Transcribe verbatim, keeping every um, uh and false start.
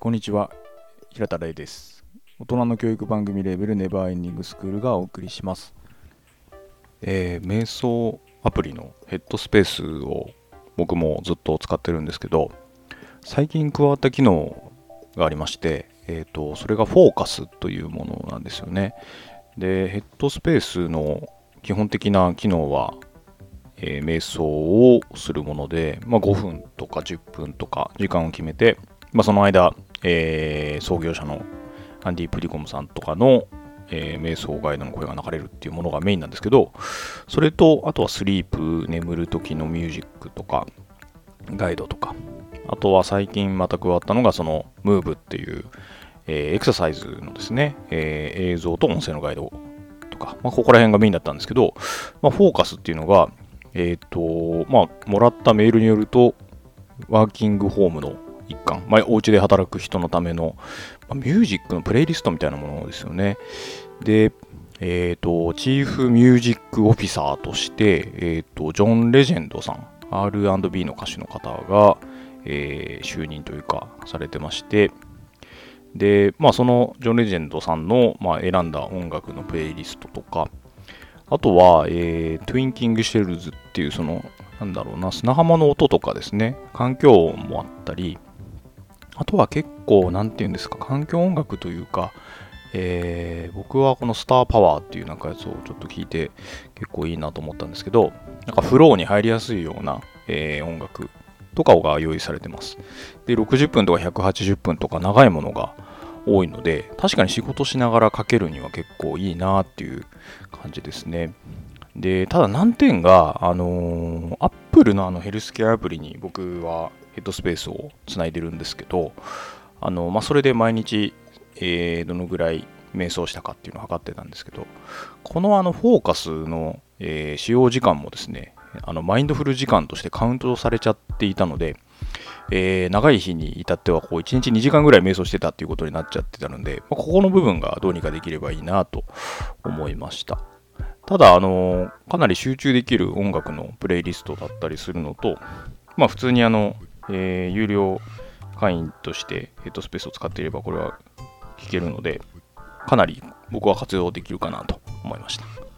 こんにちは、平田玲です。大人の教育番組レーベルネバーエンディングスクールがお送りします。えー、瞑想アプリのヘッドスペースを僕もずっと使ってるんですけど、最近加わった機能がありまして、えーと、それがフォーカスというものなんですよね。で、ヘッドスペースの基本的な機能は、えー、瞑想をするもので、まあ、ごふんとかじゅっぷんとか時間を決めて、まあ、その間、えー、創業者のアンディ・プリコムさんとかの、えー、瞑想ガイドの声が流れるっていうものがメインなんですけど、それと、あとはスリープ、眠る時のミュージックとか、ガイドとか、あとは最近また加わったのが、その、ムーブっていう、えー、エクササイズのですね、えー、映像と音声のガイドとか、まあ、ここら辺がメインだったんですけど、まあ、フォーカスっていうのが、えっと、まあ、もらったメールによると、ワーキングホームの一環、まあ、お家で働く人のための、まあ、ミュージックのプレイリストみたいなものですよね。で、えっと、チーフミュージックオフィサーとして、えっと、ジョン・レジェンドさん、アールアンドビー の歌手の方が、えー、就任というか、されてまして、で、まあ、そのジョン・レジェンドさんの、まあ、選んだ音楽のプレイリストとか、あとは、えー、トゥインキングシェルズっていう、その、なんだろうな、砂浜の音とかですね、環境音もあったり、あとは結構、なんていうんですか、環境音楽というか、えー、僕はこのスターパワーっていうなんかやつをちょっと聞いて結構いいなと思ったんですけど、なんかフローに入りやすいような、えー、音楽とかが用意されてます。で、ろくじゅっぷんとかひゃくはちじゅっぷんとか長いものが多いので、確かに仕事しながらかけるには結構いいなっていう感じですね。で、ただ難点が、あのー、Apple のあのヘルスケアアプリに僕はヘッドスペースをつないでるんですけど、あの、まあ、それで毎日、えー、どのぐらい瞑想したかっていうのを測ってたんですけど、このあのフォーカスの、えー、使用時間もですね、あのマインドフル時間としてカウントされちゃっていたので、えー、長い日に至ってはこういちにちにじかんぐらい瞑想してたっていうことになっちゃってたので、まあ、ここの部分がどうにかできればいいなと思いました。ただ、あのー、かなり集中できる音楽のプレイリストだったりするのと、まあ普通にあの、えー、有料会員としてヘッドスペースを使っていればこれは聞けるので、かなり僕は活用できるかなと思いました。